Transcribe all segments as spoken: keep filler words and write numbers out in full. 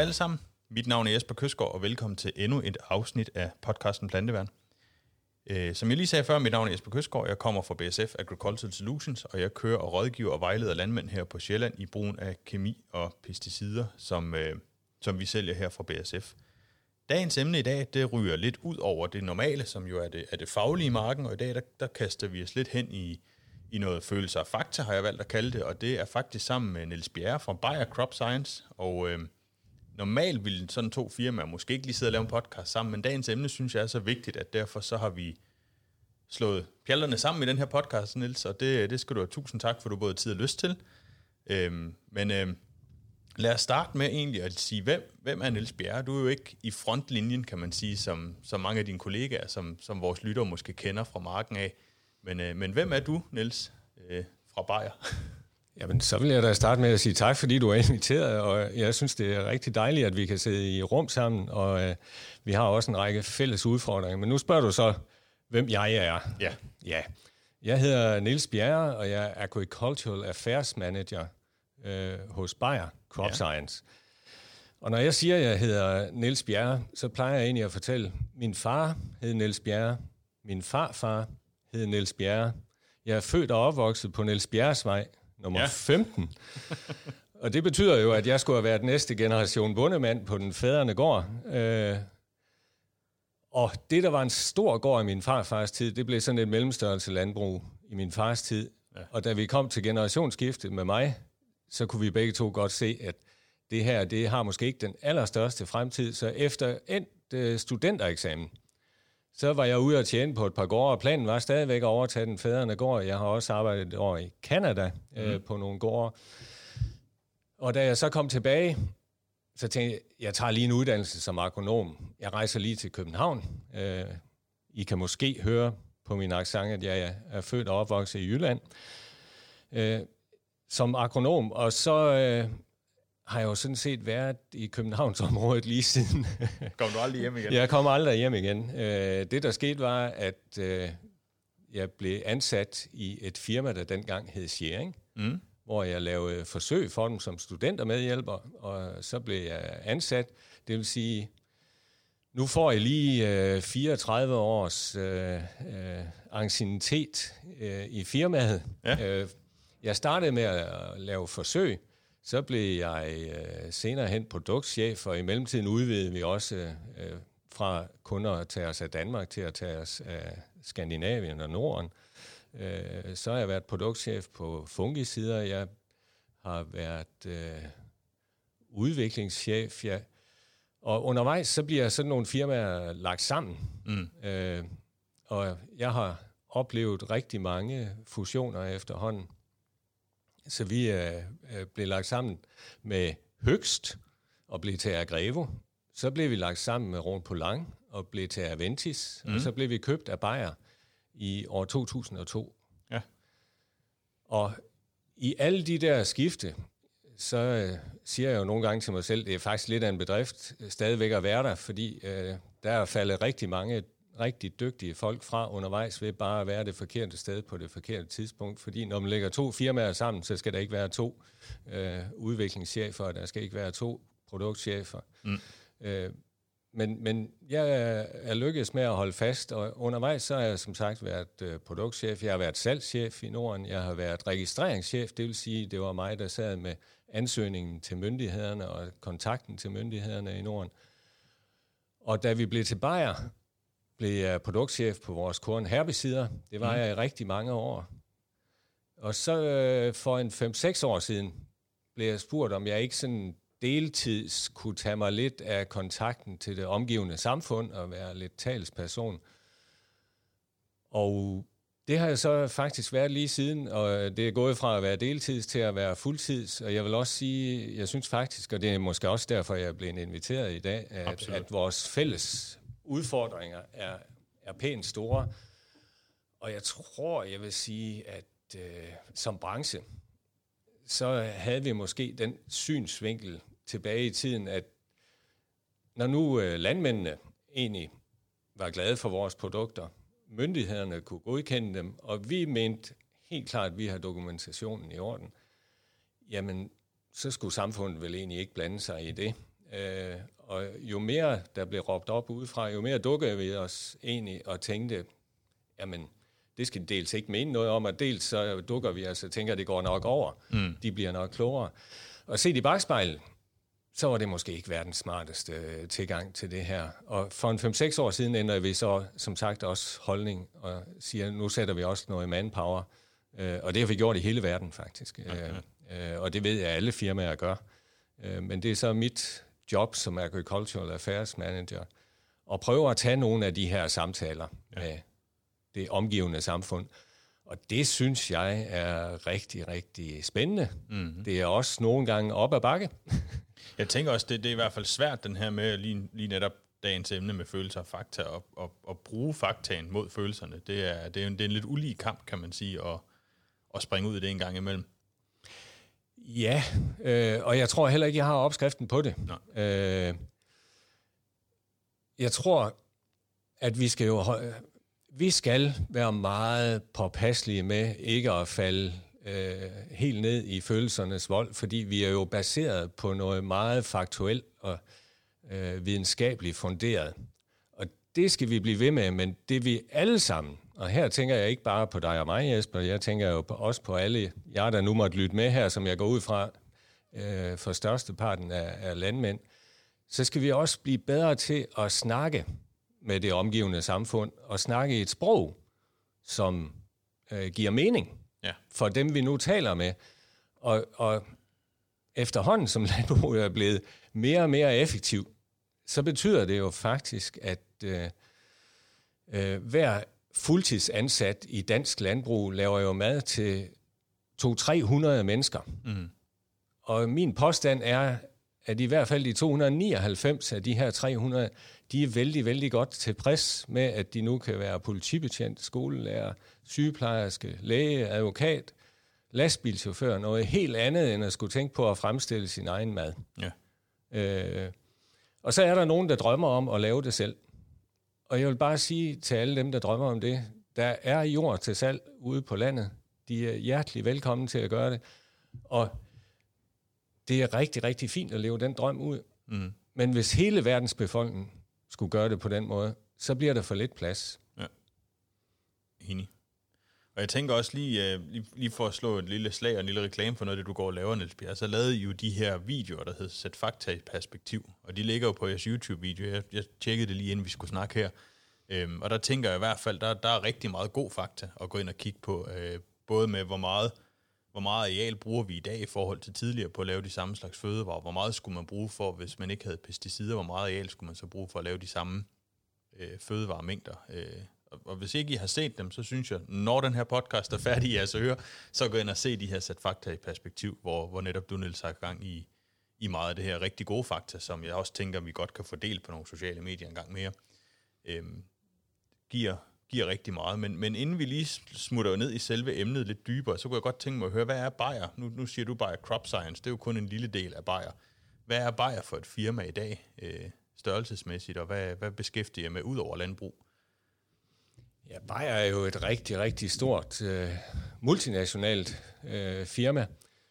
alle sammen. Mit navn er Jesper Køsgaard, og velkommen til endnu et afsnit af podcasten Planteværn. Øh, som jeg lige sagde før, mit navn er Jesper Køsgaard. Jeg kommer fra B S F Agricultural Solutions, og jeg kører og rådgiver og vejleder landmænd her på Sjælland i brugen af kemi og pesticider, som, øh, som vi sælger her fra B S F. Dagens emne i dag, det ryger lidt ud over det normale, som jo er det, er det faglige marken, og i dag der, der kaster vi os lidt hen i, i noget følelser og fakta, har jeg valgt at kalde det, og det er faktisk sammen med Niels Bjerre fra Bayer Crop Science, og øh, normalt ville sådan to firmaer måske ikke lige sidde og lave en podcast sammen, men dagens emne synes jeg er så vigtigt, at derfor så har vi slået pjalterne sammen i den her podcast, Niels, og det, det skal du have tusind tak for, du både tid og lyst til. Øhm, men øhm, lad os starte med egentlig at sige, hvem, hvem er Niels Bjerre? Du er jo ikke i frontlinjen, kan man sige, som, som mange af dine kollegaer, som, som vores lyttere måske kender fra marken af. Men, øh, men hvem er du, Niels, øh, fra Bayer? Jamen, så vil jeg da starte med at sige tak, fordi du er inviteret, og jeg synes, det er rigtig dejligt, at vi kan sidde i rum sammen, og øh, vi har også en række fælles udfordringer. Men nu spørger du så, hvem jeg er. Ja. Ja. Jeg hedder Niels Bjerre, og jeg er Agricultural Affairs Manager øh, hos Bayer Crop ja. Science. Og når jeg siger, at jeg hedder Niels Bjerre, så plejer jeg egentlig at fortælle, min far hed Niels Bjerre, min farfar hed Niels Bjerre, jeg er født og opvokset på Niels Bjerres vej, nummer ja. femten. Og det betyder jo, at jeg skulle have været næste generation bondemand på den fædrene gård. Øh, og det, der var en stor gård i min farfars tid, det blev sådan et mellemstørrelse landbrug i min fars tid. Ja. Og da vi kom til generationsskiftet med mig, så kunne vi begge to godt se, at det her, det har måske ikke den allerstørste fremtid. Så efter endt øh, studentereksamen, så var jeg ude at tjene på et par gårde, og planen var stadigvæk at overtage den fædrene gård. Jeg har også arbejdet et år i Canada øh, mm. på nogle gårde. Og da jeg så kom tilbage, så tænkte jeg, jeg tager lige en uddannelse som agronom. Jeg rejser lige til København. Øh, I kan måske høre på min accent, at jeg er født og opvokset i Jylland. Øh, som agronom, og så øh, har jeg jo sådan set været i Københavnsområdet lige siden. Kom du aldrig hjem igen? Jeg kom aldrig hjem igen. Øh, det, der skete, var, at øh, jeg blev ansat i et firma, der dengang hed Schering, mm. hvor jeg lavede forsøg for dem som studentermedhjælper, og så blev jeg ansat. Det vil sige, nu får jeg lige øh, fireogtredive års øh, øh, anciennitet øh, i firmaet. Ja. Øh, jeg startede med at lave forsøg, så blev jeg øh, senere hen produktchef, og i mellemtiden udvidede vi også øh, fra kun at tage os af Danmark til at tage os af Skandinavien og Norden. Øh, så har jeg været produktchef på fungicider, jeg har været øh, udviklingschef, ja. Og undervejs så bliver sådan nogle firmaer lagt sammen. Mm. Øh, og jeg har oplevet rigtig mange fusioner efterhånden. Så vi øh, blev lagt sammen med Høgst og blev til Agrevo. Så blev vi lagt sammen med Rhône Poulenc og blev til Aventis. Mm. Og så blev vi købt af Bayer i år to tusind og to. Ja. Og i alle de der skifte, så øh, siger jeg jo nogle gange til mig selv, det er faktisk lidt af en bedrift stadigvæk at være der, fordi øh, der er faldet rigtig mange rigtig dygtige folk fra undervejs ved bare at være det forkerte sted på det forkerte tidspunkt, fordi når man lægger to firmaer sammen, så skal der ikke være to øh, udviklingschefer, og der skal ikke være to produktchefer. Mm. Øh, men, men jeg er lykkedes med at holde fast, og undervejs så har jeg som sagt været øh, produktchef, jeg har været salgschef i Norden, jeg har været registreringschef, det vil sige, det var mig, der sad med ansøgningen til myndighederne og kontakten til myndighederne i Norden. Og da vi blev til Bayer, blev jeg produktchef på vores korn herbicider. Det var mm. jeg i rigtig mange år. Og så øh, for en fem seks år siden blev jeg spurgt, om jeg ikke sådan deltids kunne tage mig lidt af kontakten til det omgivende samfund og være lidt talsperson. Og det har jeg så faktisk været lige siden, og det er gået fra at være deltids til at være fuldtids. Og jeg vil også sige, jeg synes faktisk, og det er måske også derfor, jeg er blevet inviteret i dag, at, at vores fælles udfordringer er, er pænt store. Og jeg tror, jeg vil sige, at øh, som branche, så havde vi måske den synsvinkel tilbage i tiden, at når nu øh, landmændene egentlig var glade for vores produkter, myndighederne kunne godkende dem, og vi mente helt klart, at vi har dokumentationen i orden, jamen, så skulle samfundet vel egentlig ikke blande sig i det. Øh, og jo mere der blev råbt op udefra, jo mere dukkede vi os egentlig og tænkte, jamen, det skal dels ikke mene noget om, og dels så dukker vi os og tænker, at det går nok over. Mm. De bliver nok klogere. Og set i bagspejlet, så var det måske ikke verdens smarteste tilgang til det her. Og for en fem seks år siden ændrede vi så, som sagt, også holdning og siger, nu sætter vi også noget manpower. Og det har vi gjort i hele verden, faktisk. Okay. Og det ved jeg, at alle firmaer gør. Men det er så mit job som Agricultural Affairs Manager at prøve at tage nogle af de her samtaler ja. med det omgivende samfund. Og det synes jeg er rigtig, rigtig spændende. Mm-hmm. Det er også nogle gange op ad bakke. Jeg tænker også, det, det er i hvert fald svært, den her med lige, lige netop dagens emne med følelser og fakta, og, og, og bruge faktaen mod følelserne. Det er, det er, en, det er en lidt ulige kamp, kan man sige, at, at springe ud i det en gang imellem. Ja, øh, og jeg tror heller ikke, jeg har opskriften på det. Øh, jeg tror, at vi skal jo vi skal være meget påpasselige med ikke at falde øh, helt ned i følelsernes vold, fordi vi er jo baseret på noget meget faktuelt og øh, videnskabeligt funderet. Og det skal vi blive ved med, men det vi alle sammen, og her tænker jeg ikke bare på dig og mig, Jesper, jeg tænker jo på, også på alle jer, der nu måtte lytte med her, som jeg går ud fra øh, for størsteparten af, af landmænd, så skal vi også blive bedre til at snakke med det omgivende samfund, og snakke i et sprog, som øh, giver mening ja. for dem, vi nu taler med. Og, og efterhånden, som landbruget er blevet mere og mere effektiv, så betyder det jo faktisk, at øh, øh, hver fuldtidsansat i dansk landbrug laver jo mad til to til tre hundrede mennesker. Mm. Og min påstand er, at i hvert fald de to hundrede nioghalvfems af de her tre hundrede, de er vældig, vældig godt tilfreds med, at de nu kan være politibetjent, skolelærer, sygeplejerske, læge, advokat, lastbilchauffør, noget helt andet end at skulle tænke på at fremstille sin egen mad. Ja. Øh, og så er der nogen, der drømmer om at lave det selv. Og jeg vil bare sige til alle dem, der drømmer om det, der er jord til salg ude på landet. De er hjertelig velkommen til at gøre det. Og det er rigtig, rigtig fint at leve den drøm ud. Mm. Men hvis hele verdens befolkning skulle gøre det på den måde, så bliver der for lidt plads. Ja. Enig. Og jeg tænker også lige, uh, lige, lige for at slå et lille slag og en lille reklame for noget, det du går og laver, Niels Bjerre, så lavede I jo de her videoer, der hedder Sæt Fakta i Perspektiv. Og de ligger jo på jeres YouTube-video. Jeg, jeg tjekkede det lige, inden vi skulle snakke her. Øhm, og der tænker jeg i hvert fald, der, der er rigtig meget god fakta at gå ind og kigge på. Øh, både med, hvor meget, hvor meget areal bruger vi i dag i forhold til tidligere på at lave de samme slags fødevarer. Hvor meget skulle man bruge for, hvis man ikke havde pesticider, hvor meget areal skulle man så bruge for at lave de samme øh, fødevaremængder. Øh, og, og hvis ikke I har set dem, så synes jeg, når den her podcast er færdig i jeres ører, så gå ind og se de her Sæt Fakta i Perspektiv, hvor, hvor netop du, Niels, har gang i, i meget af det her rigtig gode fakta, som jeg også tænker, vi godt kan fordele på nogle sociale medier en gang mere. Øh, giver, giver rigtig meget. Men, men inden vi lige smutter ned i selve emnet lidt dybere, så kunne jeg godt tænke mig at høre, hvad er Bayer? Nu, nu siger du Bayer Crop Science, det er jo kun en lille del af Bayer. Hvad er Bayer for et firma i dag, øh, størrelsesmæssigt, og hvad, hvad beskæftiger I med ud over landbrug? Ja, Bayer er jo et rigtig, rigtig stort øh, multinationalt øh, firma.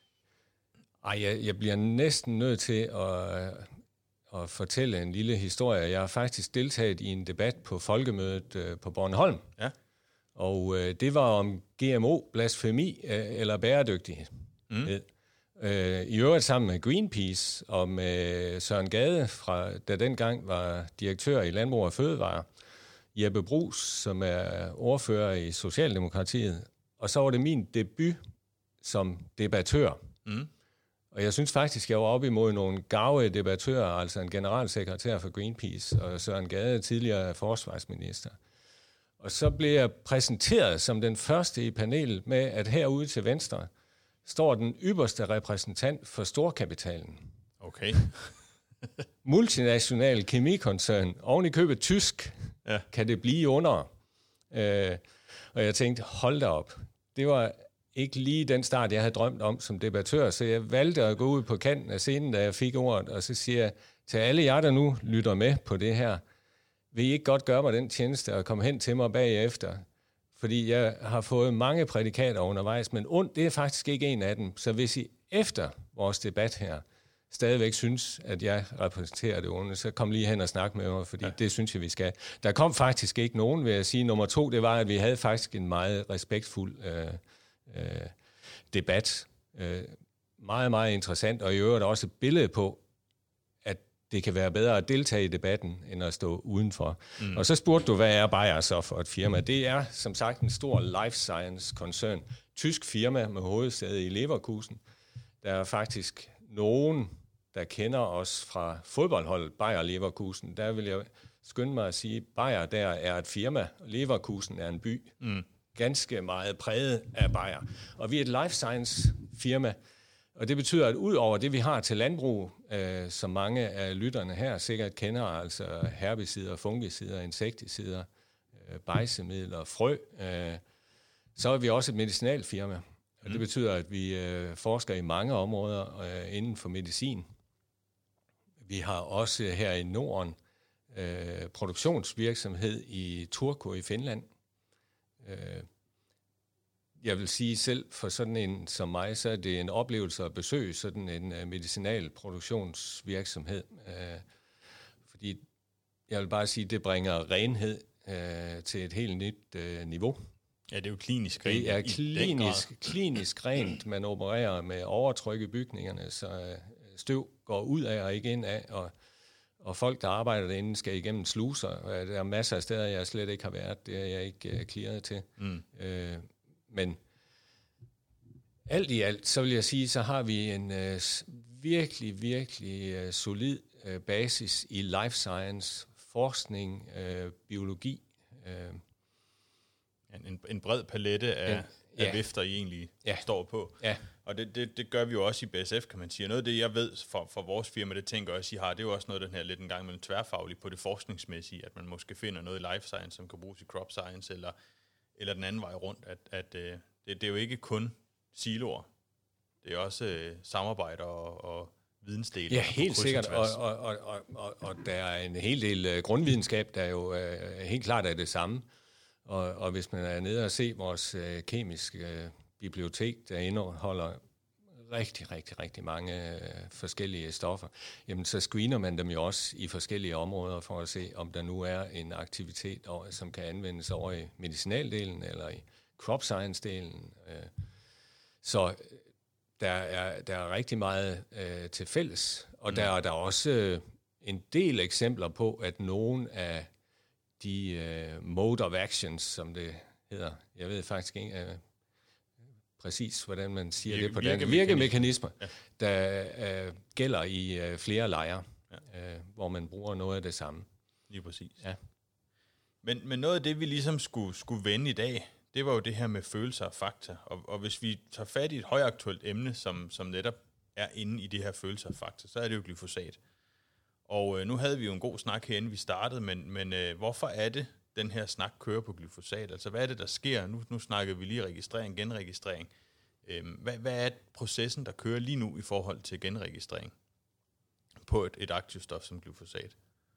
Ej, jeg, jeg bliver næsten nødt til at... Øh, og fortælle en lille historie. Jeg har faktisk deltaget i en debat på folkemødet øh, på Bornholm. Ja. Og øh, det var om G M O, blasfemi øh, eller bæredygtighed. Mm. Øh, I øvrigt sammen med Greenpeace og med Søren Gade, fra, der dengang var direktør i Landbrug og Fødevare, Jeppe Bruus, som er ordfører i Socialdemokratiet. Og så var det min debut som debattør. Mm. Og jeg synes faktisk, jeg var oppe imod nogle gave debattører, altså en generalsekretær for Greenpeace og Søren Gade, tidligere forsvarsminister. Og så blev jeg præsenteret som den første i panelet med, at herude til venstre står den ypperste repræsentant for storkapitalen. Okay. Multinational kemikoncern, oven i købet tysk, ja. Kan det blive under. Øh, og jeg tænkte, hold da op. Det var ikke lige den start, jeg havde drømt om som debattør, så jeg valgte at gå ud på kanten af scenen, da jeg fik ordet, og så siger jeg til alle jer, der nu lytter med på det her, vil I ikke godt gøre mig den tjeneste og komme hen til mig bagefter? Fordi jeg har fået mange prædikater undervejs, men ondt, det er faktisk ikke en af dem. Så hvis I efter vores debat her stadigvæk synes, at jeg repræsenterer det onde, så kom lige hen og snak med mig, fordi ja. det synes jeg, vi skal. Der kom faktisk ikke nogen, vil jeg sige. Nummer to, det var, at vi havde faktisk en meget respektfuld øh, øh, debat. Øh, meget, meget interessant, og i øvrigt også et billede på, at det kan være bedre at deltage i debatten, end at stå udenfor. Mm. Og så spurgte du, hvad er Bayer så for et firma? Det er, som sagt, en stor life science-koncern. Tysk firma med hovedsæde i Leverkusen. Der er faktisk nogen, der kender os fra fodboldholdet Bayer Leverkusen. Der vil jeg skynde mig at sige, at Bayer der er et firma, Leverkusen er en by. Mm. Ganske meget præget af Bayer. Og vi er et life science firma, og det betyder, at ud over det, vi har til landbrug, øh, som mange af lytterne her sikkert kender, altså herbicider, fungicider, insekticider, øh, bejsemidler, frø, øh, så er vi også et medicinalfirma. Og det betyder, at vi øh, forsker i mange områder øh, inden for medicin. Vi har også her i Norden øh, produktionsvirksomhed i Turku i Finland. Øh, jeg vil sige selv, for sådan en som mig, så er det en oplevelse at besøge sådan en uh, medicinal produktionsvirksomhed. Uh, fordi jeg vil bare sige, at det bringer renhed uh, til et helt nyt uh, niveau. Ja, det er jo klinisk rent. Det er klinisk, klinisk rent. Man opererer med overtryk i bygningerne, så støv går ud af og ikke ind af, og, og folk, der arbejder derinde, skal igennem sluser. Der er masser af steder, jeg slet ikke har været. Det er jeg ikke uh, clearet til. Mm. Uh, Men alt i alt, så vil jeg sige, så har vi en øh, virkelig, virkelig øh, solid øh, basis i life science, forskning, øh, biologi. Øh. En, en bred palette af, en, ja. af vifter, I egentlig ja. står på. Ja. Og det, det, det gør vi jo også i B S F, kan man sige. Noget af det, jeg ved for, for vores firma, det tænker jeg også, I har, det er jo også noget den her lidt en gang mellem tværfagligt på det forskningsmæssige, at man måske finder noget i life science, som kan bruges i crop science, eller, eller den anden vej rundt, at, at øh, Det, det er jo ikke kun siloer. Det er også øh, samarbejder og, og vidensdeling. Ja, helt sikkert. Og, og, og, og, og, og der er en hel del øh, grundvidenskab, der jo øh, helt klart er det samme. Og, og hvis man er nede og se vores øh, kemiske øh, bibliotek, der indeholder rigtig, rigtig, rigtig mange øh, forskellige stoffer, jamen så screener man dem jo også i forskellige områder for at se, om der nu er en aktivitet, som kan anvendes over i medicinaldelen eller i crop science-delen. Så der er, der er rigtig meget øh, til fælles, og mm. der er der også øh, en del eksempler på, at nogle af de øh, mode of actions, som det hedder, jeg ved faktisk ikke øh, præcis, hvordan man siger Virke, det på den virkemekanismer, ja. der øh, gælder i øh, flere lejre, ja. øh, hvor man bruger noget af det samme. Lige præcis. Ja. Men, men noget af det, vi ligesom skulle, skulle vende i dag, det var jo det her med følelser og fakta. Og, og hvis vi tager fat i et højaktuelt emne, som, som netop er inde i det her følelser og fakta, så er det jo glyfosat. Og øh, nu havde vi jo en god snak herinde, vi startede, men, men øh, hvorfor er det, den her snak kører på glyfosat? Altså, hvad er det, der sker? Nu, nu snakker vi lige registrering, genregistrering. Øh, hvad, hvad er processen, der kører lige nu i forhold til genregistrering på et, et aktivt stof som glyfosat?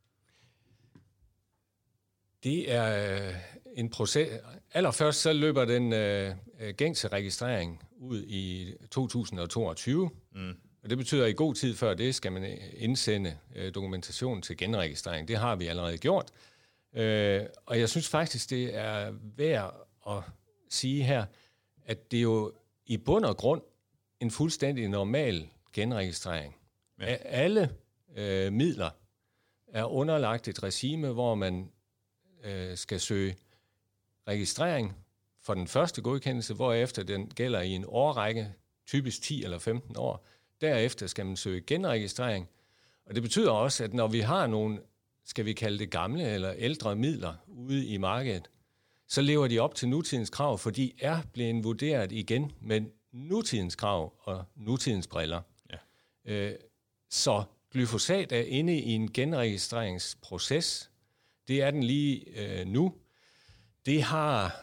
Det er en proces. Allerførst så løber den øh, gængse registrering ud i to tusind og toogtyve. Mm. Og det betyder, at i god tid før det skal man indsende øh, dokumentation til genregistrering. Det har vi allerede gjort. Øh, og jeg synes faktisk, det er værd at sige her, at det er jo i bund og grund en fuldstændig normal genregistrering. Ja. Alle øh, midler er underlagt et regime, hvor man skal søge registrering for den første godkendelse, hvorefter den gælder i en årrække, typisk ti eller femten år. Derefter skal man søge genregistrering, og det betyder også, at når vi har nogle, skal vi kalde det gamle eller ældre midler ude i markedet, så lever de op til nutidens krav, for de er blevet vurderet igen med nutidens krav og nutidens briller. Ja. Så glyfosat er inde i en genregistreringsproces. Det er den lige øh, nu. Det har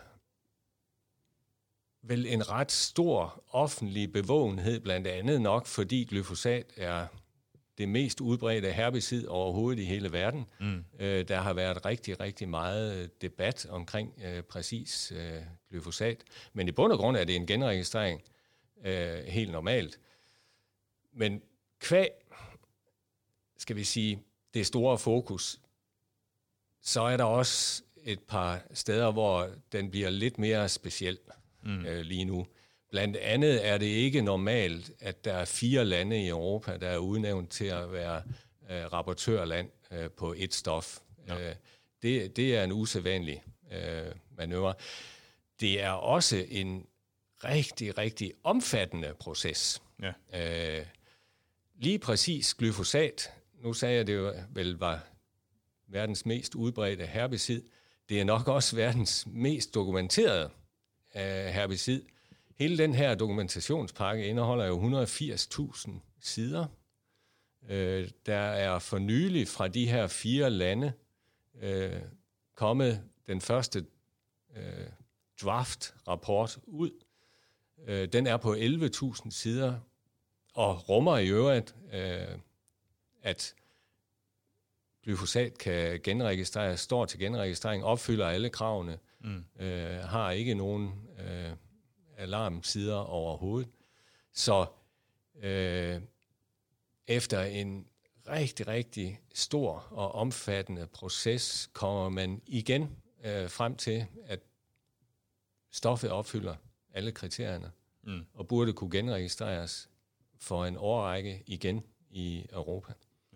vel en ret stor offentlig bevågenhed, blandt andet nok, fordi glyfosat er det mest udbredte herbicid overhovedet i hele verden. Mm. Øh, der har været rigtig, rigtig meget debat omkring øh, præcis øh, glyfosat. Men i bund og grund er det en genregistrering øh, helt normalt. Men kvæg, skal vi sige, det store fokus, så er der også et par steder, hvor den bliver lidt mere speciel mm. øh, lige nu. Blandt andet er det ikke normalt, at der er fire lande i Europa, der er udnævnt til at være øh, rapportørland øh, på et stof. Ja. Øh, det, det er en usædvanlig øh, manøvre. Det er også en rigtig, rigtig omfattende proces. Ja. Øh, lige præcis glyfosat, nu sagde jeg, det jo vel var verdens mest udbredte herbicid. Det er nok også verdens mest dokumenterede øh, herbicid. Hele den her dokumentationspakke indeholder jo et hundrede og firs tusind sider. Øh, der er for nylig fra de her fire lande øh, kommet den første øh, draft-rapport ud. Øh, den er på elleve tusind sider og rummer i øvrigt, øh, at glyfosat kan genregistreres, står til genregistrering, opfylder alle kravene, mm. øh, har ikke nogen øh, alarmsider overhovedet. Så øh, efter en rigtig, rigtig stor og omfattende proces kommer man igen øh, frem til, at stoffet opfylder alle kriterierne, mm. og burde kunne genregistreres for en årrække igen i Europa. Ja,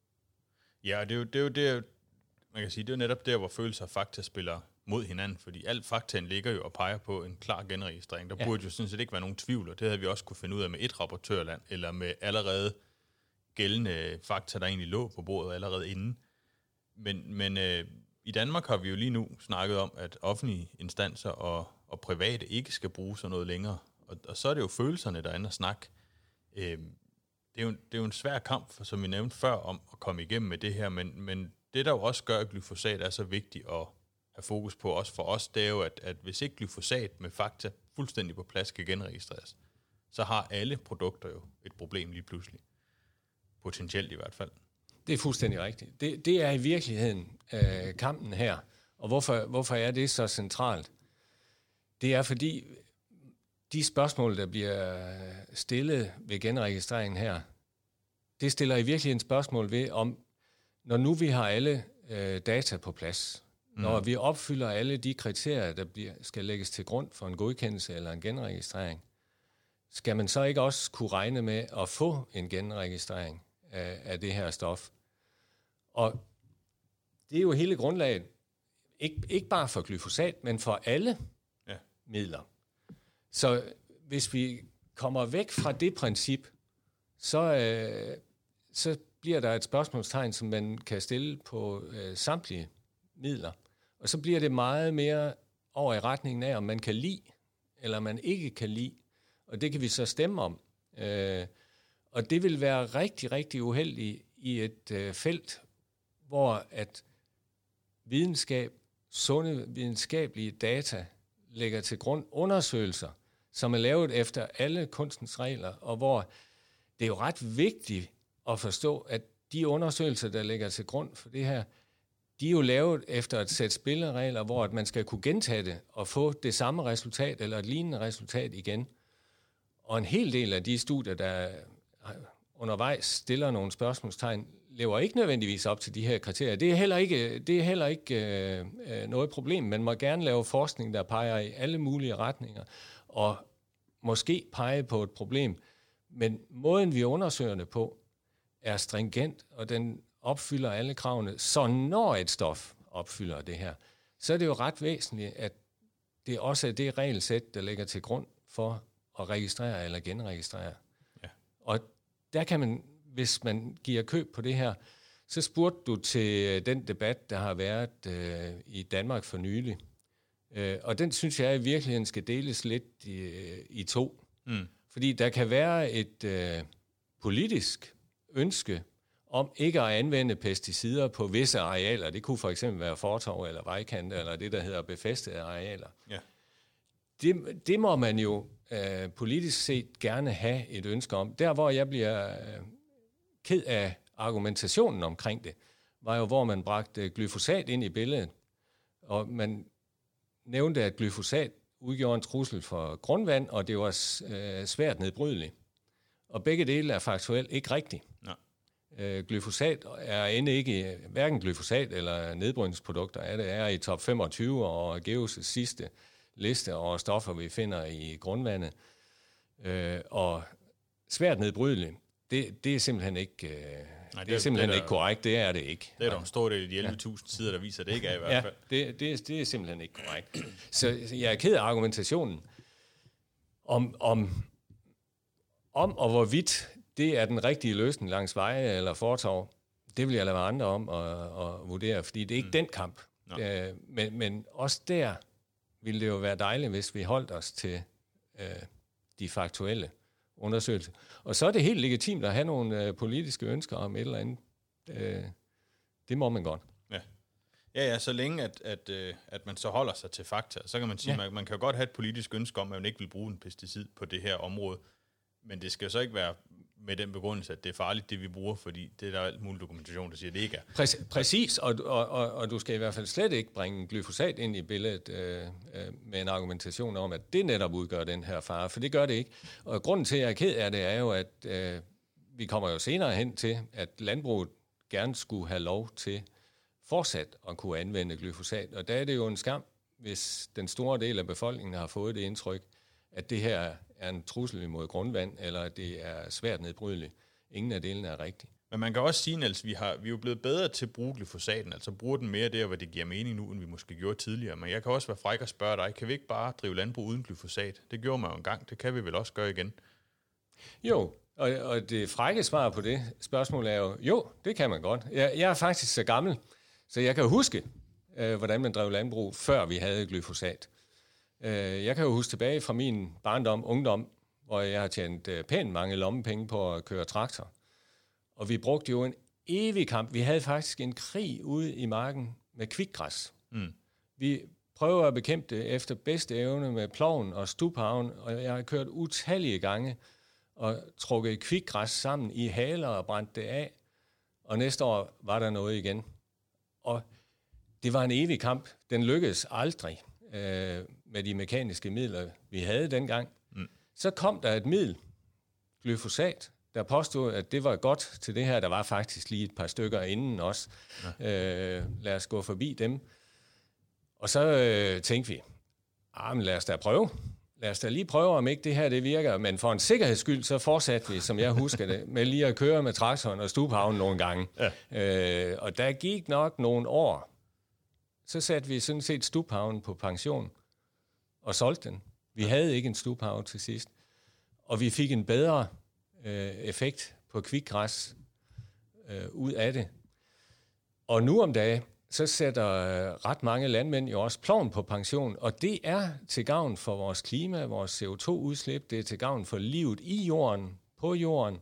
ja det er jo det, er jo det man kan sige, det er jo netop der, hvor følelser og fakta spiller mod hinanden, fordi alt faktaen ligger jo og peger på en klar genregistrering. Der ja. burde jo sådan set ikke være nogen tvivl, og det havde vi også kunne finde ud af med et rapportørland, eller med allerede gældende fakta, der egentlig lå på bordet allerede inden. Men, men øh, i Danmark har vi jo lige nu snakket om, at offentlige instanser og, og private ikke skal bruge sådan noget længere. Og, og så er det jo følelserne, der er inde og snakke. Øh, det, er jo, det er jo en svær kamp, for, som vi nævnte før, om at komme igennem med det her, men, men det, der jo også gør, at glyfosat er så vigtigt at have fokus på, også for os, det er jo, at, at hvis ikke glyfosat med fakta fuldstændig på plads kan genregistreres, så har alle produkter jo et problem lige pludselig. Potentielt i hvert fald. Det er fuldstændig rigtigt. Det, det er i virkeligheden øh, kampen her. Og hvorfor, hvorfor er det så centralt? Det er fordi, de spørgsmål, der bliver stillet ved genregistreringen her, det stiller i virkeligheden spørgsmål ved, om når nu vi har alle øh, data på plads, mm. når vi opfylder alle de kriterier, der bliver, skal lægges til grund for en godkendelse eller en genregistrering, skal man så ikke også kunne regne med at få en genregistrering af, af det her stof? Og det er jo hele grundlaget, ikke, ikke bare for glyfosat, men for alle ja. midler. Så hvis vi kommer væk fra det princip, så, øh, så bliver der et spørgsmålstegn, som man kan stille på øh, samtlige midler. Og så bliver det meget mere over i retningen af, om man kan lide, eller man ikke kan lide. Og det kan vi så stemme om. Øh, og det vil være rigtig, rigtig uheldigt i et øh, felt, hvor at videnskab, sunde videnskabelige data lægger til grund undersøgelser, som er lavet efter alle kunstens regler, og hvor det er jo ret vigtigt at forstå, at de undersøgelser, der ligger til grund for det her, de er jo lavet efter et sæt spilleregler, hvor at man skal kunne gentage det og få det samme resultat eller et lignende resultat igen. Og en hel del af de studier, der undervejs stiller nogle spørgsmålstegn, lever ikke nødvendigvis op til de her kriterier. Det er heller ikke, det er heller ikke øh, noget problem. Man må gerne lave forskning, der peger i alle mulige retninger, og måske pege på et problem. Men måden, vi undersøger det på, er stringent, og den opfylder alle kravene. Så når et stof opfylder det her, så er det jo ret væsentligt, at det også er det regelsæt, der ligger til grund for at registrere eller genregistrere. Ja. Og der kan man, hvis man giver køb på det her, så spurgte du til den debat, der har været øh, i Danmark for nylig. Øh, og den synes jeg i virkeligheden skal deles lidt i, i to. Mm. Fordi der kan være et øh, politisk ønske om ikke at anvende pesticider på visse arealer. Det kunne for eksempel være fortov eller vejkanter, eller det, der hedder befæstede arealer. Ja. Det, det må man jo øh, politisk set gerne have et ønske om. Der, hvor jeg bliver øh, ked af argumentationen omkring det, var jo, hvor man bragte glyfosat ind i billedet, og man nævnte, at glyfosat udgjorde en trussel for grundvand, og det var øh, svært nedbrydeligt. Og begge dele er faktuelt ikke rigtigt. Nej. Øh, glyfosat er end ikke, hverken glyfosat eller nedbrydningsprodukter, er det er i top femogtyve og GEUS' sidste liste over stoffer, vi finder i grundvandet. Øh, og svært nedbrydeligt, det, det er simpelthen ikke, øh, Nej, det, det er simpelthen det er ikke korrekt. Det er det ikke. Det er der en stor del af de elleve tusind sider, der viser, det ikke er i hvert ja, fald. det, det, det er simpelthen ikke korrekt. Så jeg er ked af argumentationen om, om, om og hvorvidt det er den rigtige løsning langs veje eller fortov. Det vil jeg lade andre om at, at vurdere, fordi det er ikke mm. den kamp. Øh, men, men også der ville det jo være dejligt, hvis vi holdt os til øh, de faktuelle undersøgelser. Og så er det helt legitimt at have nogle øh, politiske ønsker om et eller andet. Øh, det må man godt. Ja, ja, ja så længe at, at, øh, at man så holder sig til fakta, så kan man sige, at ja. man, man kan jo godt have et politisk ønske om, at man ikke vil bruge en pesticid på det her område. Men det skal jo så ikke være med den begrundelse, at det er farligt, det vi bruger, fordi det er der alt mulig dokumentation, der siger, at det ikke er. Præcis, præcis og, og, og, og du skal i hvert fald slet ikke bringe glyfosat ind i billedet øh, øh, med en argumentation om, at det netop udgør den her fare, for det gør det ikke. Og grunden til, at jeg er ked af det, er jo, at øh, vi kommer jo senere hen til, at landbruget gerne skulle have lov til fortsat at kunne anvende glyfosat. Og der er det jo en skam, hvis den store del af befolkningen har fået det indtryk, at det her er en trussel imod grundvand, eller at det er svært nedbrydeligt. Ingen af delene er rigtigt. Men man kan også sige, Niels, vi, har, vi er jo blevet bedre til at bruge glyfosaten, altså bruger den mere der, hvor det giver mening nu, end vi måske gjorde tidligere. Men jeg kan også være fræk og spørge dig, kan vi ikke bare drive landbrug uden glyfosat? Det gjorde man jo engang, det kan vi vel også gøre igen? Jo, og, og det frække svar på det spørgsmål er jo, jo, det kan man godt. Jeg, jeg er faktisk så gammel, så jeg kan huske, øh, hvordan man drev landbrug, før vi havde glyfosat. Jeg kan jo huske tilbage fra min barndom, ungdom, hvor jeg har tjent pænt mange lommepenge på at køre traktor. Og vi brugte jo en evig kamp. Vi havde faktisk en krig ude i marken med kvikgræs. Mm. Vi prøver at bekæmpe det efter bedste evne med ploven og stuphaven, og jeg har kørt utallige gange og trukket kvikgræs sammen i haler og brændt det af. Og næste år var der noget igen. Og det var en evig kamp. Den lykkedes aldrig øh, med de mekaniske midler, vi havde dengang. Mm. Så kom der et middel, glyfosat, der påstod, at det var godt til det her. Der var faktisk lige et par stykker inden også. Ja. Øh, lad os gå forbi dem. Og så øh, tænkte vi, ah, men lad os da prøve. Lad os da lige prøve, om ikke det her det virker. Men for en sikkerheds skyld, så fortsatte vi, som jeg husker det, med lige at køre med traktoren og stuphaven nogle gange. Ja. Øh, og der gik nok nogle år. Så satte vi sådan set stuphaven på pension og solgte den. Vi ja. havde ikke en stuphave til sidst. Og vi fik en bedre øh, effekt på kvikgræs øh, ud af det. Og nu om dagen, så sætter øh, ret mange landmænd jo også ploven på pension, og det er til gavn for vores klima, vores C O to udslip, det er til gavn for livet i jorden, på jorden.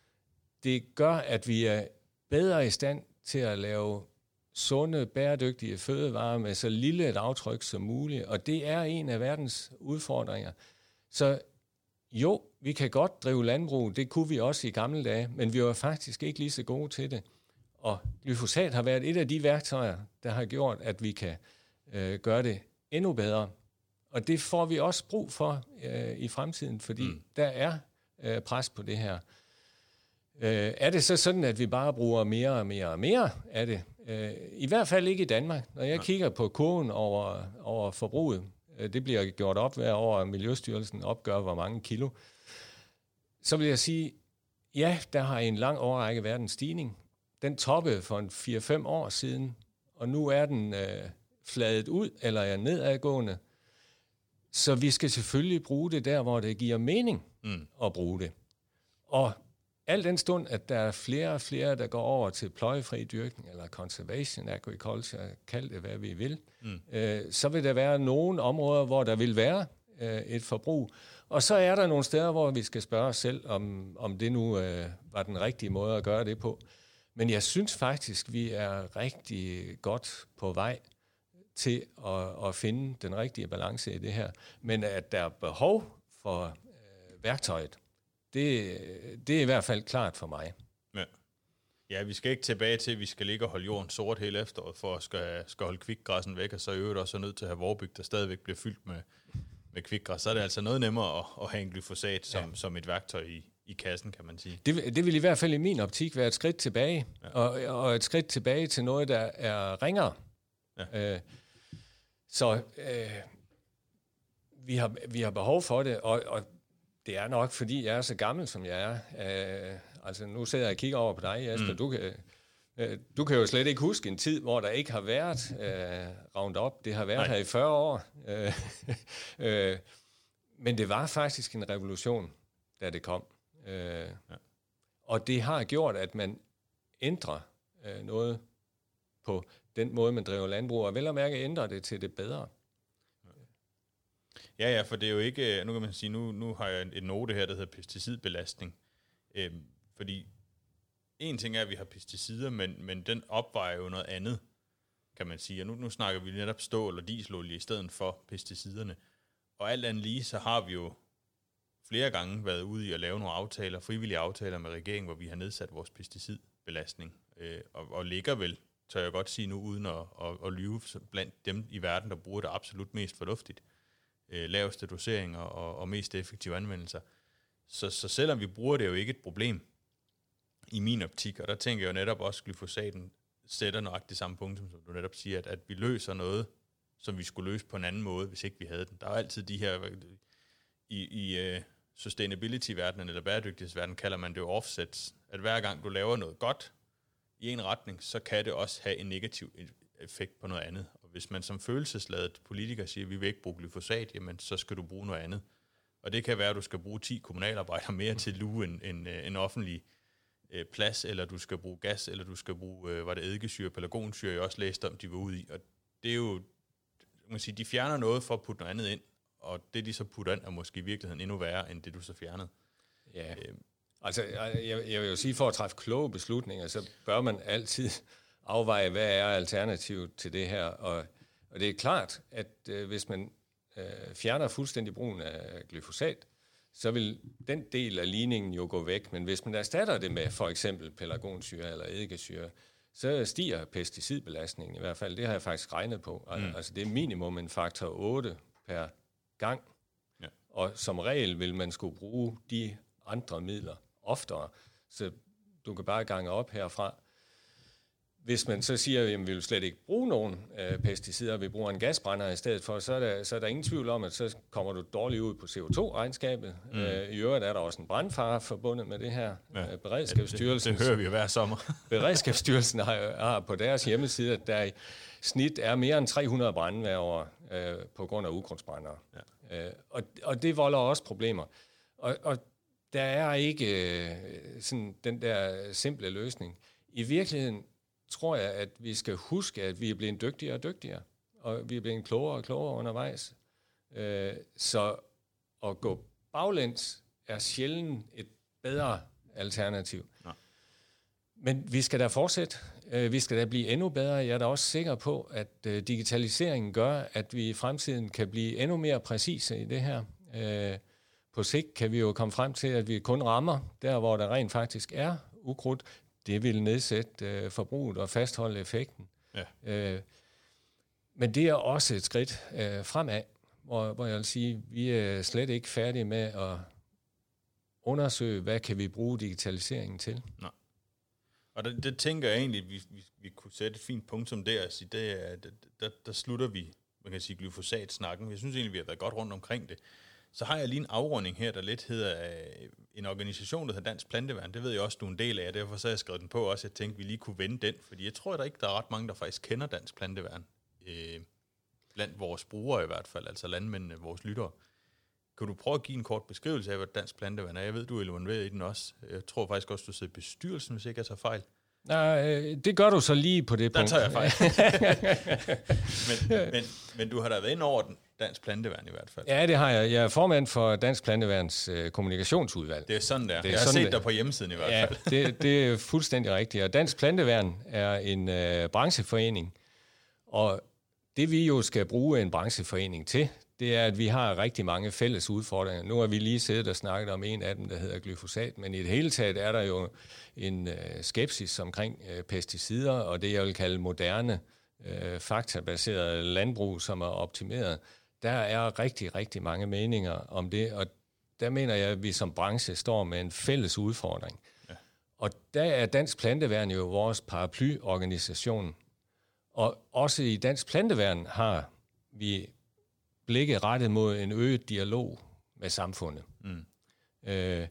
Det gør, at vi er bedre i stand til at lave sunde, bæredygtige fødevarer med så lille et aftryk som muligt, og det er en af verdens udfordringer. Så jo, vi kan godt drive landbrug, det kunne vi også i gamle dage, men vi var faktisk ikke lige så gode til det. Og glyfosat har været et af de værktøjer, der har gjort, at vi kan øh, gøre det endnu bedre. Og det får vi også brug for øh, i fremtiden, fordi mm. der er øh, pres på det her. Øh, er det så sådan, at vi bare bruger mere og mere og mere af det? Øh, I hvert fald ikke i Danmark. Når jeg ja. kigger på kurven over, over forbruget, øh, det bliver gjort op hver år, og Miljøstyrelsen opgør, hvor mange kilo, så vil jeg sige, ja, der har i en lang årrække været en stigning. Den toppede for en fire fem år siden, og nu er den øh, fladet ud, eller er nedadgående. Så vi skal selvfølgelig bruge det der, hvor det giver mening mm. at bruge det. Og al den stund, at der er flere og flere, der går over til pløjefri dyrkning, eller conservation agriculture, kald det hvad vi vil, mm. øh, så vil der være nogle områder, hvor der vil være øh, et forbrug. Og så er der nogle steder, hvor vi skal spørge os selv, om, om det nu øh, var den rigtige måde at gøre det på. Men jeg synes faktisk, vi er rigtig godt på vej til at, at finde den rigtige balance i det her. Men at der er behov for øh, værktøjet, det, det er i hvert fald klart for mig. Ja. ja, vi skal ikke tilbage til, at vi skal ligge og holde jorden sort hele efteråret, for at skal, skal holde kvikgræssen væk, og så i øvrigt også nødt til at have Vorbyg, der stadigvæk bliver fyldt med, med kvikgræs. Så er det altså noget nemmere at, at have en glyfosat som, ja. som et værktøj i, i kassen, kan man sige. Det, det vil i hvert fald i min optik være et skridt tilbage, ja. og, og et skridt tilbage til noget, der er ringere. Ja. Øh, så øh, vi, har, vi har behov for det, og, og det er nok, fordi jeg er så gammel, som jeg er. Øh, altså, nu sidder jeg og kigger over på dig, Jesper. Mm. Du kan... Du kan jo slet ikke huske en tid, hvor der ikke har været øh, Roundup. Det har været Nej. her i fyrre år. øh, men det var faktisk en revolution, da det kom. Øh, ja. Og det har gjort, at man ændrer øh, noget på den måde, man driver landbrug, og vel at mærke ændrer det til det bedre. Ja, ja, for det er jo ikke... Nu kan man sige, nu, nu har jeg en note her, der hedder pesticidbelastning. Øh, fordi... En ting er, at vi har pesticider, men, men den opvejer jo noget andet, kan man sige. Og nu, nu snakker vi netop stål og dieselolie i stedet for pesticiderne. Og alt andet lige, så har vi jo flere gange været ude i at lave nogle aftaler, frivillige aftaler med regeringen, hvor vi har nedsat vores pesticidbelastning. Øh, og, og ligger vel, tør jeg godt sige nu, uden at, at, at lyve blandt dem i verden, der bruger det absolut mest fornuftigt. Øh, laveste doseringer og, og mest effektive anvendelser. Så, så selvom vi bruger det, er jo ikke et problem i min optik, og der tænker jeg jo netop også, at glyfosaten sætter nøjagtigt samme punkt, som du netop siger, at, at vi løser noget, som vi skulle løse på en anden måde, hvis ikke vi havde den. Der er jo altid de her, i, i uh, sustainability-verdenen, eller bæredygtighedsverdenen, kalder man det jo offsets, at hver gang du laver noget godt i en retning, så kan det også have en negativ effekt på noget andet. Og hvis man som følelsesladet politiker siger, at vi vil ikke bruge glyfosat, jamen så skal du bruge noget andet. Og det kan være, at du skal bruge ti kommunalarbejdere mere til luge en, en, en offentlig plads, eller du skal bruge gas, eller du skal bruge, øh, var det eddikesyre, pelargonsyre, jeg også læste om, de var ude i. Og det er jo, man kan sige, de fjerner noget for at putte noget andet ind, og det, de så putter ind, er måske i virkeligheden endnu værre, end det, du så fjernede. Ja, øh. altså, jeg, jeg vil jo sige, for at træffe kloge beslutninger, så bør man altid afveje, hvad er alternativet til det her, og, og det er klart, at øh, hvis man øh, fjerner fuldstændig brugen af glyfosat, så vil den del af ligningen jo gå væk. Men hvis man erstatter det med for eksempel pelargonsyre eller eddikesyre, så stiger pesticidbelastningen i hvert fald. Det har jeg faktisk regnet på. Mm. Altså det er minimum en faktor otte per gang. Ja. Og som regel vil man skulle bruge de andre midler oftere. Så du kan bare gange op herfra. Hvis man så siger, at vi vil slet ikke bruge nogen øh, pesticider, vi bruger en gasbrænder i stedet for, så er, der, så er der ingen tvivl om, at så kommer du dårligt ud på C O to regnskabet. Mm. Øh, I øvrigt er der også en brandfare forbundet med det her. Ja. Øh, Beredskabsstyrelsen, det, det hører vi jo hver sommer. Beredskabsstyrelsen har, har på deres hjemmeside, at der i snit er mere end tre hundrede brande hver år øh, på grund af ukrudtsbrændere. Ja. Øh, og, og det volder også problemer. Og, og der er ikke øh, sådan den der simple løsning. I virkeligheden tror jeg, at vi skal huske, at vi er blevet dygtigere og dygtigere, og vi er blevet klogere og klogere undervejs. Øh, så at gå baglæns er sjældent et bedre alternativ. Nej. Men vi skal da fortsætte. Vi skal da blive endnu bedre. Jeg er da også sikker på, at digitaliseringen gør, at vi i fremtiden kan blive endnu mere præcise i det her. På sigt kan vi jo komme frem til, at vi kun rammer der, hvor der rent faktisk er ukrudt. Det vil nedsætte øh, forbruget og fastholde effekten. Ja. Øh, men det er også et skridt øh, fremad, hvor, hvor jeg vil sige, at vi er slet ikke færdige med at undersøge, hvad kan vi bruge digitaliseringen til. Nej. Og det, det tænker jeg egentlig, at vi, vi, vi kunne sætte et fint punkt som det, og sige, det er, der, der slutter vi, man kan sige, glyfosat-snakken. Jeg synes egentlig, vi har været godt rundt omkring det. Så har jeg lige en afrunding her, der lidt hedder øh, en organisation, der hedder Dansk Planteværn. Det ved jeg også, du er en del af, og derfor så har jeg skrevet den på også. Jeg tænkte, vi lige kunne vende den, fordi jeg tror der ikke, der er ret mange, der faktisk kender Dansk Planteværn. Øh, blandt vores brugere i hvert fald, altså landmændene, vores lyttere. Kan du prøve at give en kort beskrivelse af, hvad Dansk Planteværn er? Jeg ved, du er involveret i den også. Jeg tror faktisk også, du sidder i bestyrelsen, hvis ikke jeg tager fejl. Nej, det gør du så lige på det der punkt. Der tager jeg fejl. men, men, men du har da været inde over den. Dansk Planteværn i hvert fald. Ja, det har jeg. Jeg er formand for Dansk Planteværns øh, kommunikationsudvalg. Det er sådan der. Det er jeg har set det. Dig på hjemmesiden i hvert ja, fald. det, det er fuldstændig rigtigt. Og Dansk Planteværn er en øh, brancheforening, og det vi jo skal bruge en brancheforening til, det er, at vi har rigtig mange fælles udfordringer. Nu har vi lige siddet og snakket om en af dem, der hedder glyfosat, men i det hele taget er der jo en øh, skepsis omkring øh, pesticider, og det jeg vil kalde moderne, øh, faktabaseret landbrug, som er optimeret. Der er rigtig, rigtig mange meninger om det, og der mener jeg, at vi som branche står med en fælles udfordring. Ja. Og der er Dansk Planteværn jo vores paraplyorganisation. Og også i Dansk Planteværn har vi blikket rettet mod en øget dialog med samfundet. Mm. Øh,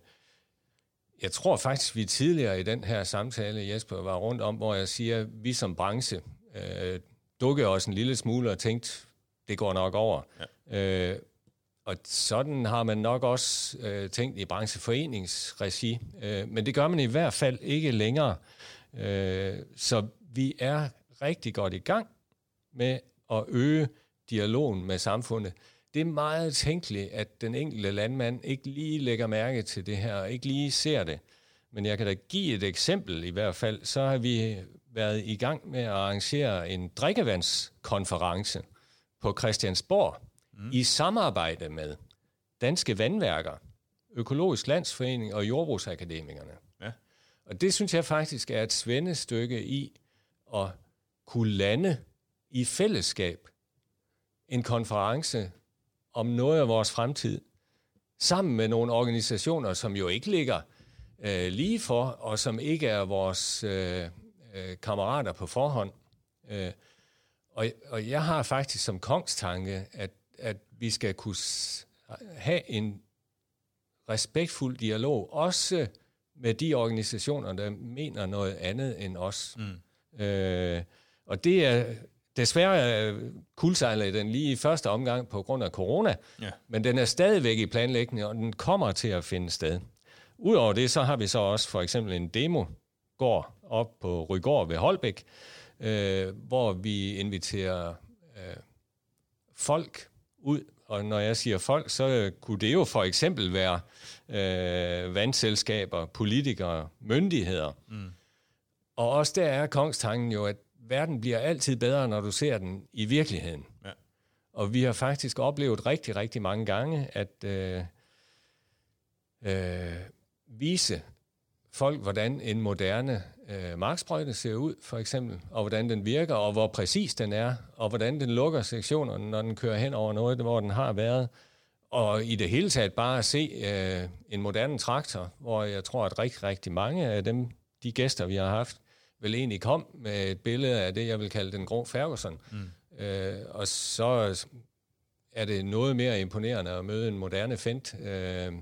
jeg tror faktisk, vi tidligere i den her samtale, Jesper, var rundt om, hvor jeg siger, at vi som branche øh, dukkede os en lille smule og tænkte, det går nok over. Ja. Øh, og sådan har man nok også øh, tænkt i brancheforeningsregi, øh, men det gør man i hvert fald ikke længere. Øh, så vi er rigtig godt i gang med at øge dialogen med samfundet. Det er meget tænkeligt, at den enkelte landmand ikke lige lægger mærke til det her, og ikke lige ser det. Men jeg kan da give et eksempel i hvert fald. Så har vi været i gang med at arrangere en drikkevandskonference på Christiansborg mm. i samarbejde med Danske Vandværker, Økologisk Landsforening og Jordbrugsakademikerne. Ja. Og det synes jeg faktisk er et svendestykke i at kunne lande i fællesskab en konference om noget af vores fremtid, sammen med nogle organisationer, som jo ikke ligger øh, lige for, og som ikke er vores øh, øh, kammerater på forhånd. Øh, og, og jeg har faktisk som kongstanke, at, at vi skal kunne have en respektfuld dialog, også med de organisationer, der mener noget andet end os. Mm. Øh, og det er desværre kuldsejler i den lige i første omgang på grund af corona, ja. Men den er stadigvæk i planlægning, og den kommer til at finde sted. Udover det, så har vi så også for eksempel en demogård op på Rygård ved Holbæk, øh, hvor vi inviterer øh, folk ud. Og når jeg siger folk, så kunne det jo for eksempel være øh, vandselskaber, politikere, myndigheder. Mm. Og også der er kongstanken jo, at verden bliver altid bedre, når du ser den i virkeligheden. Ja. Og vi har faktisk oplevet rigtig, rigtig mange gange, at øh, øh, vise folk, hvordan en moderne øh, marksprøjte ser ud, for eksempel, og hvordan den virker, og hvor præcis den er, og hvordan den lukker sektionerne, når den kører hen over noget, hvor den har været. Og i det hele taget bare at se øh, en moderne traktor, hvor jeg tror, at rigtig, rigtig mange af dem, de gæster, vi har haft, vel egentlig kom med et billede af det, jeg vil kalde den grå Ferguson. Mm. Øh, og så er det noget mere imponerende at møde en moderne Fendt. Øh,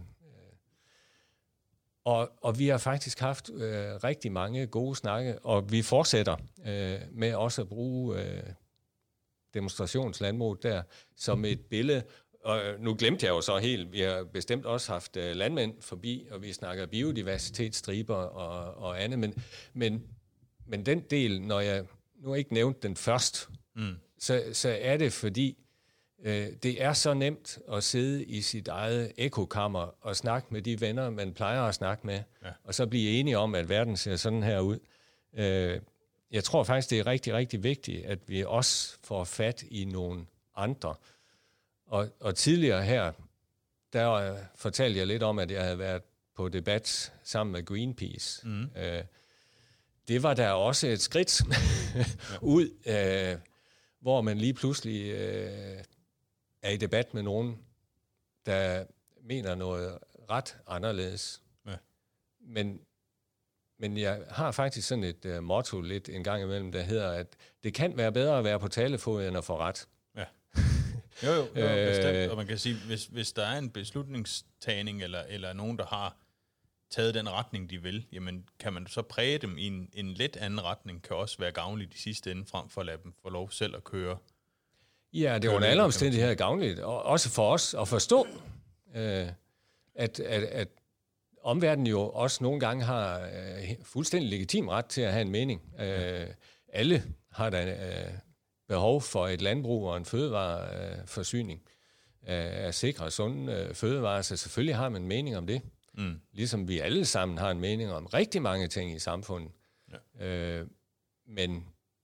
og, og vi har faktisk haft øh, rigtig mange gode snakke, og vi fortsætter øh, med også at bruge øh, demonstrationslandbrug der som et billede. Og nu glemte jeg jo så helt, vi har bestemt også haft øh, landmænd forbi, og vi snakker biodiversitetsstriber og, og andet, men, men Men den del, når jeg nu ikke nævnte den først, mm. så, så er det fordi, øh, det er så nemt at sidde i sit eget ekokammer og snakke med de venner, man plejer at snakke med, ja. Og så blive enige om, at verden ser sådan her ud. Øh, jeg tror faktisk, det er rigtig, rigtig vigtigt, at vi også får fat i nogle andre. Og, og tidligere her, der fortalte jeg lidt om, at jeg havde været på debat sammen med Greenpeace. Mm. Øh, Det var der også et skridt ud, øh, hvor man lige pludselig øh, er i debat med nogen, der mener noget ret anderledes. Ja. Men, men jeg har faktisk sådan et uh, motto lidt en gang imellem, der hedder, at det kan være bedre at være på talefod end at få ret. Ja. Jo, jo, jo bestemt. Og man kan sige, hvis, hvis der er en beslutningstagning, eller, eller nogen, der har taget den retning, de vil, jamen kan man så præge dem i en, en lidt anden retning, kan også være gavnligt i sidste ende, frem for at lade dem få lov selv at køre. Ja, det er under alle omstændigheder gavnligt, og også for os at forstå, øh, at, at, at omverdenen jo også nogle gange har øh, fuldstændig legitim ret til at have en mening. Øh, alle har da øh, behov for et landbrug og en fødevareforsyning øh, af sikre og sunde øh, fødevarer, så selvfølgelig har man en mening om det. Mm. Ligesom vi alle sammen har en mening om rigtig mange ting i samfundet. Ja. Øh, men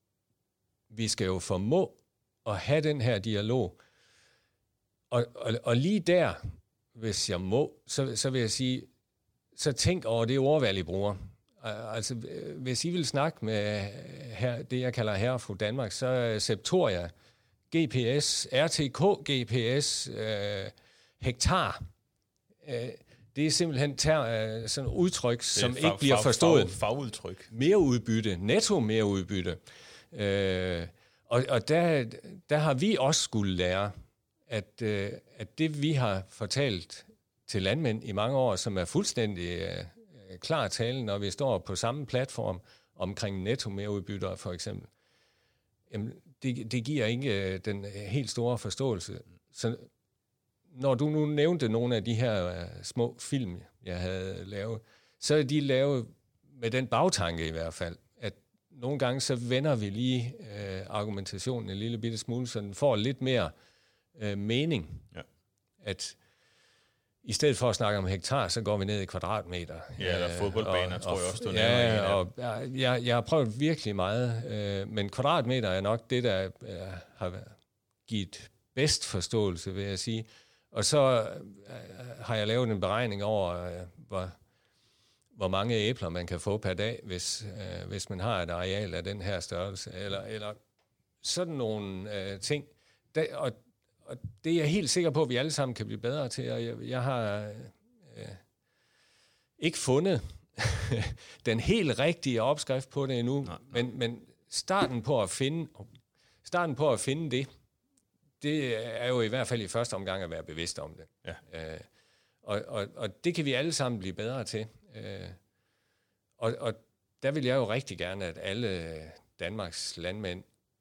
vi skal jo formå at have den her dialog. Og, og, og lige der, hvis jeg må, så, så vil jeg sige, så tænk over det ordvalg, I bruger. Altså, hvis I vil snakke med her, det, jeg kalder herre og fru Danmark, så er Septoria, G P S, R T K G P S, øh, hektar, øh, det er simpelthen ter, sådan et udtryk, som fag, ikke bliver fag, forstået. Fag, fagudtryk. Mere udbytte, netto mere udbytte. Øh, og og der, der har vi også skulle lære, at, øh, at det vi har fortalt til landmænd i mange år, som er fuldstændig øh, klar tale, når vi står på samme platform omkring netto mere udbytter for eksempel, jamen, det, det giver ikke øh, den helt store forståelse. Så når du nu nævnte nogle af de her uh, små film, jeg havde lavet, så er de lavet med den bagtanke i hvert fald, at nogle gange så vender vi lige uh, argumentationen en lille bitte smule, så den får lidt mere uh, mening. Ja. At i stedet for at snakke om hektar, så går vi ned i kvadratmeter. Ja, eller fodboldbaner, og, tror jeg også, du ja, nævner. Ja, og jeg, jeg har prøvet virkelig meget, uh, men kvadratmeter er nok det, der uh, har givet bedst forståelse, vil jeg sige. Og så øh, har jeg lavet en beregning over, øh, hvor, hvor mange æbler man kan få per dag, hvis, øh, hvis man har et areal af den her størrelse. Eller, eller sådan nogle øh, ting. Der, og, og det er jeg helt sikker på, at vi alle sammen kan blive bedre til. Og jeg, jeg har øh, ikke fundet den helt rigtige opskrift på det endnu. Nej, nej. Men, men starten på at finde, starten på at finde det, det er jo i hvert fald i første omgang at være bevidst om det. Ja. Øh, og, og, og det kan vi alle sammen blive bedre til. Øh, og, og der vil jeg jo rigtig gerne, at alle Danmarks landmænd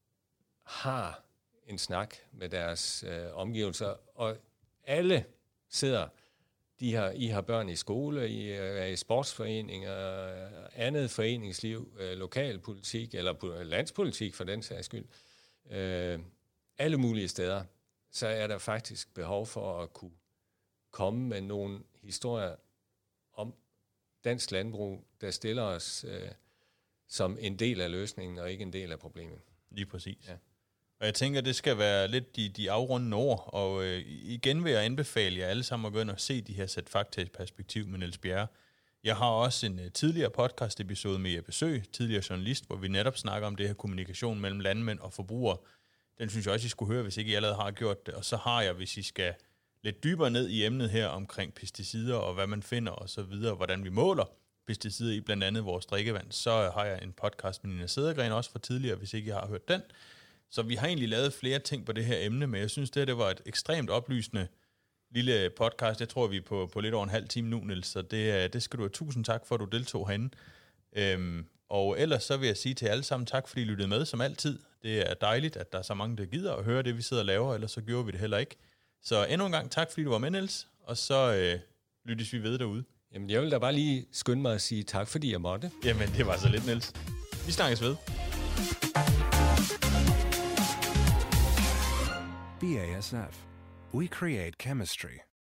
har en snak med deres øh, omgivelser, og alle sidder, de har, I har børn i skole, I er i sportsforeninger, andet foreningsliv, øh, lokalpolitik, eller landspolitik for den sags skyld, øh, alle mulige steder, så er der faktisk behov for at kunne komme med nogle historier om dansk landbrug, der stiller os øh, som en del af løsningen, og ikke en del af problemet. Lige præcis. Ja. Og jeg tænker, det skal være lidt de, de afrundende ord, og øh, igen vil jeg anbefale jer alle sammen at gå ind og se de her sæt fakta i perspektiv med Niels Bjerre. Jeg har også en uh, tidligere podcast-episode med Jeppe Sø, tidligere journalist, hvor vi netop snakker om det her kommunikation mellem landmænd og forbrugere. Den synes jeg også, I skulle høre, hvis ikke I allerede har gjort det. Og så har jeg, hvis I skal lidt dybere ned i emnet her omkring pesticider og hvad man finder og så videre, hvordan vi måler pesticider i blandt andet vores drikkevand, så har jeg en podcast med Nina Sedergren også fra tidligere, hvis ikke I har hørt den. Så vi har egentlig lavet flere ting på det her emne, men jeg synes, det her det var et ekstremt oplysende lille podcast. Jeg tror, vi er på, på lidt over en halv time nu, Niels, så det, det skal du have tusind tak for, at du deltog herinde. Øhm, og ellers så vil jeg sige til alle sammen tak, fordi I lyttede med, som altid. Det er dejligt, at der er så mange, der gider at høre det, vi sidder og laver, ellers så gjorde vi det heller ikke. Så endnu en gang tak, fordi du var med, Niels, og så øh, lyttes vi ved derude. Jamen, jeg vil da bare lige skynde mig at sige tak, fordi jeg måtte. Jamen, det var så lidt, Niels. Vi snakkes ved. B A S F. We create chemistry.